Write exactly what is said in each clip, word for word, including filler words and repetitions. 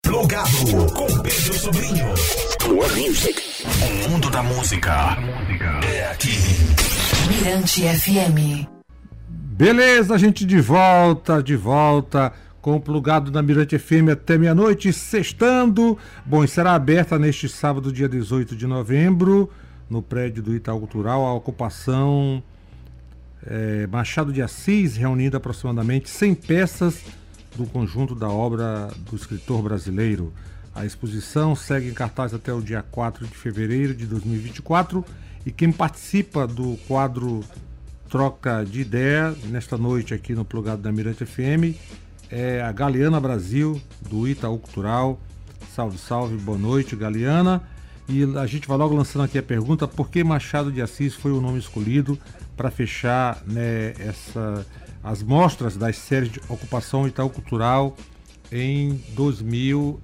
Plugado com Pedro Sobrinho. Plug Music. O mundo da música é aqui. Mirante F M. Beleza, gente, de volta, de volta com o Plugado da Mirante F M até meia-noite, sextando. Bom, e será aberta neste sábado, dia dezoito de novembro, no prédio do Itaú Cultural, a ocupação é, Machado de Assis, reunindo aproximadamente cem peças do conjunto da obra do escritor brasileiro. A exposição segue em cartaz até o dia quatro de fevereiro de dois mil e vinte e quatro e quem participa do quadro Troca de Ideia nesta noite aqui no Plugado da Mirante F M é a Galeana Brasil, do Itaú Cultural. Salve, salve, boa noite, Galeana. E a gente vai logo lançando aqui a pergunta: por que Machado de Assis foi o nome escolhido para fechar, né, essa, as mostras das séries de Ocupação Itaú Cultural em dois mil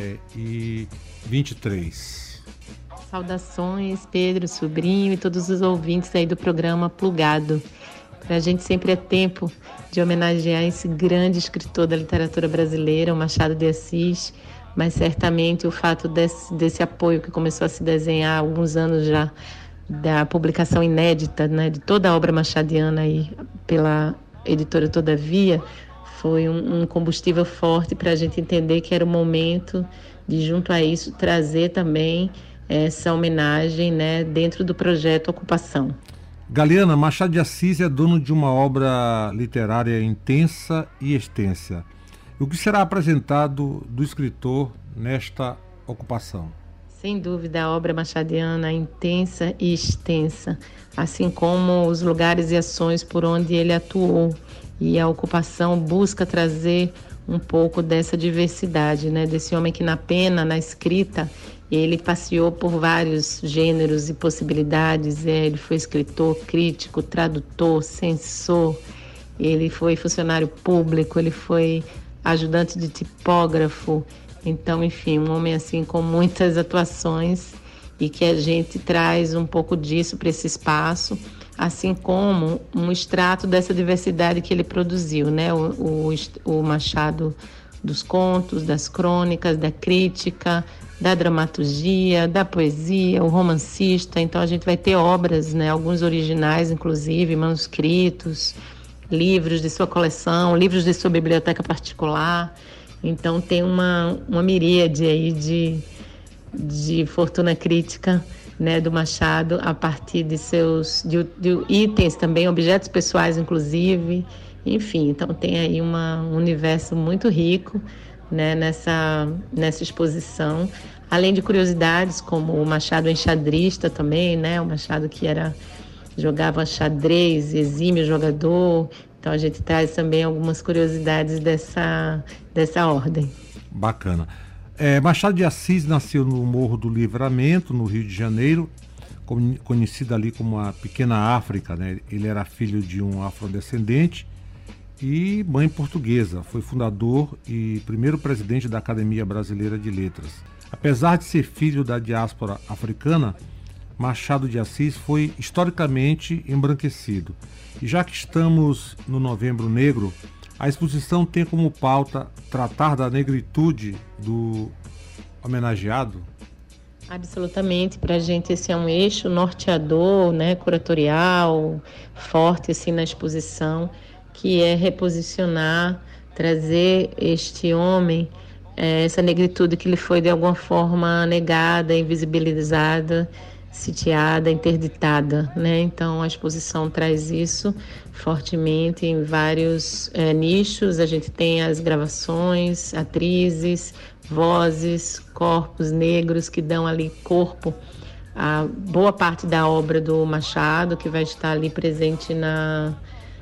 e vinte e três? Saudações, Pedro, Sobrinho e todos os ouvintes aí do programa Plugado. Para a gente sempre é tempo de homenagear esse grande escritor da literatura brasileira, o Machado de Assis, mas certamente o fato desse, desse apoio que começou a se desenhar há alguns anos já, da publicação inédita, né, de toda a obra machadiana aí pela editora Todavia, foi um, um combustível forte para a gente entender que era o momento de, junto a isso, trazer também essa homenagem, né, dentro do projeto Ocupação. Galeana, Machado de Assis é dono de uma obra literária intensa e extensa. O que será apresentado do escritor nesta ocupação? Sem dúvida, a obra machadiana é intensa e extensa, assim como os lugares e ações por onde ele atuou. E a ocupação busca trazer um pouco dessa diversidade, né? Desse homem que na pena, na escrita, ele passeou por vários gêneros e possibilidades. Ele foi escritor, crítico, tradutor, censor, ele foi funcionário público, ele foi ajudante de tipógrafo. Então, enfim, um homem assim com muitas atuações e que a gente traz um pouco disso para esse espaço, assim como um extrato dessa diversidade que ele produziu, né? O, o, o Machado dos contos, das crônicas, da crítica, da dramaturgia, da poesia, o romancista. Então a gente vai ter obras, né? Alguns originais, inclusive, manuscritos, livros de sua coleção, livros de sua biblioteca particular. Então tem uma, uma miríade aí de, de fortuna crítica, né, do Machado, a partir de seus de, de itens também, objetos pessoais inclusive, enfim, então tem aí uma, um universo muito rico, né, nessa, nessa exposição, além de curiosidades como o Machado enxadrista também, né, o Machado que era, jogava xadrez, exímio jogador. Então a gente traz também algumas curiosidades dessa, dessa ordem. Bacana. É, Machado de Assis nasceu no Morro do Livramento, no Rio de Janeiro, conhecido ali como a Pequena África, né? Ele era filho de um afrodescendente e mãe portuguesa. Foi fundador e primeiro presidente da Academia Brasileira de Letras. Apesar de ser filho da diáspora africana, Machado de Assis foi historicamente embranquecido. E já que estamos no Novembro Negro, a exposição tem como pauta tratar da negritude do homenageado? Absolutamente, para a gente esse é um eixo norteador, né, curatorial, forte assim, na exposição, que é reposicionar, trazer este homem, é, essa negritude que lhe foi de alguma forma negada, invisibilizada, sitiada, interditada, né? Então a exposição traz isso fortemente em vários é, nichos. A gente tem as gravações, atrizes, vozes, corpos negros que dão ali corpo a boa parte da obra do Machado, que vai estar ali presente na,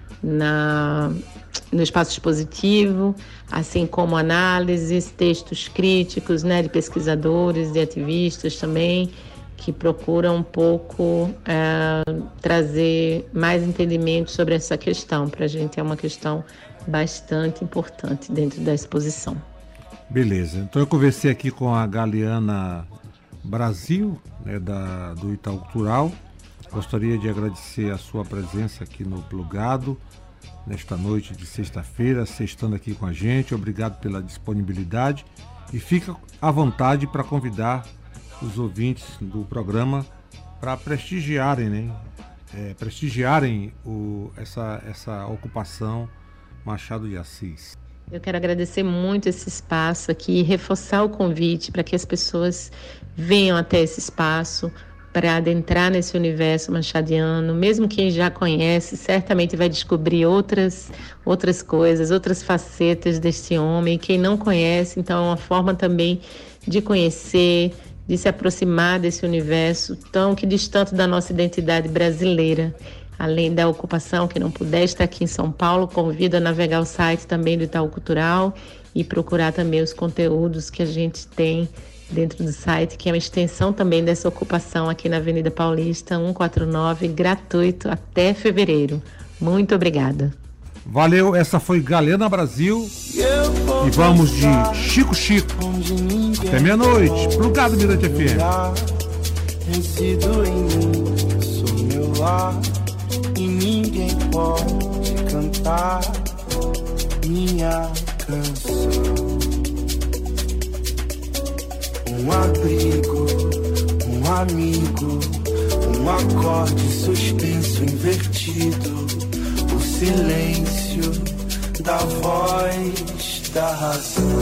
na, no espaço expositivo, assim como análises, textos críticos, né, de pesquisadores, de ativistas também, que procuram um pouco é, trazer mais entendimento sobre essa questão. Para a gente é uma questão bastante importante dentro da exposição. Beleza, então eu conversei aqui com a Galeana Brasil, né, da, do Itaú Cultural. Gostaria de agradecer a sua presença aqui no Plugado, nesta noite de sexta-feira, sextando aqui com a gente. Obrigado pela disponibilidade E fica à vontade para convidar os ouvintes do programa para prestigiarem, né? É, prestigiarem o, essa, essa ocupação Machado de Assis. Eu quero agradecer muito esse espaço aqui e reforçar o convite para que as pessoas venham até esse espaço para adentrar nesse universo machadiano. Mesmo quem já conhece, certamente vai descobrir outras, outras coisas, outras facetas deste homem. Quem não conhece, então é uma forma também de conhecer, de se aproximar desse universo tão que distante da nossa identidade brasileira. Além da ocupação, que não puder estar aqui em São Paulo, convido a navegar o site também do Itaú Cultural e procurar também os conteúdos que a gente tem dentro do site, que é uma extensão também dessa ocupação aqui na Avenida Paulista, cento e quarenta e nove, gratuito até fevereiro. Muito obrigada. Valeu, essa foi Galena Brasil e vamos de Chico Chico até meia-noite, plugado Mirante F M. Resido em mim, sou meu lar e ninguém pode cantar minha canção. Um abrigo, um amigo, um acorde suspenso invertido, o silêncio da voz da razão.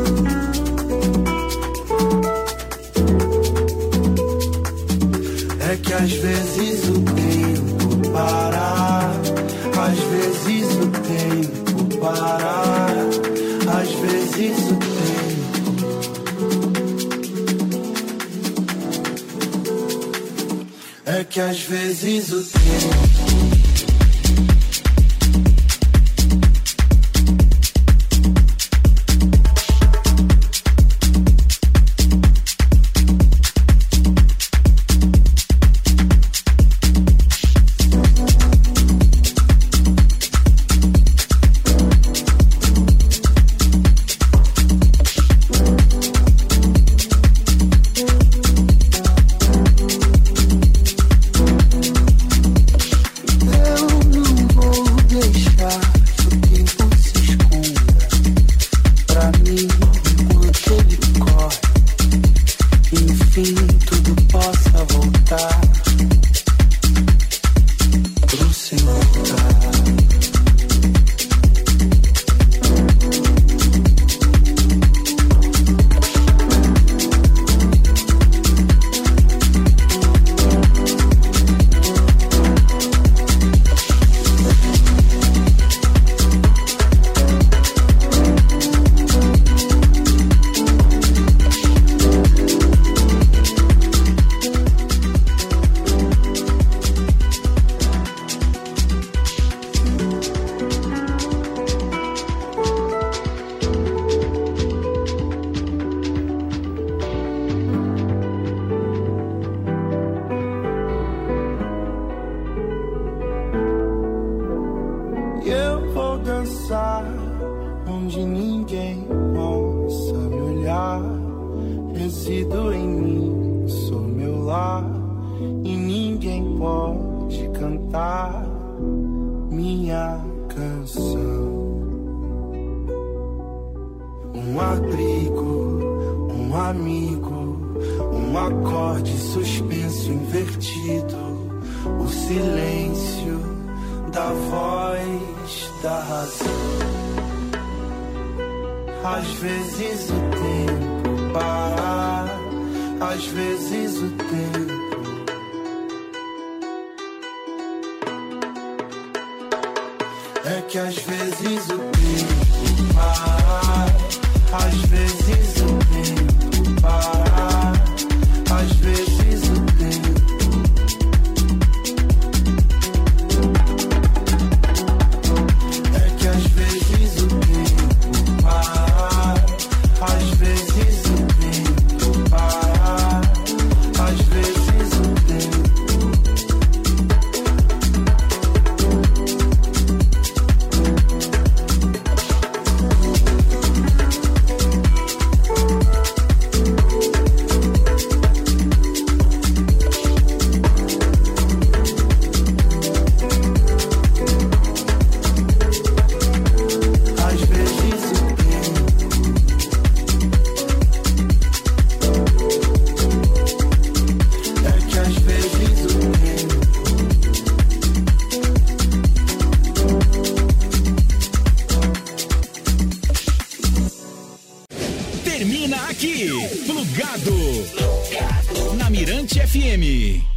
É que às vezes o tempo para, às vezes o tempo para, às vezes o tempo. É que às vezes o tempo termina aqui. Plugado. Plugado. Na Mirante F M.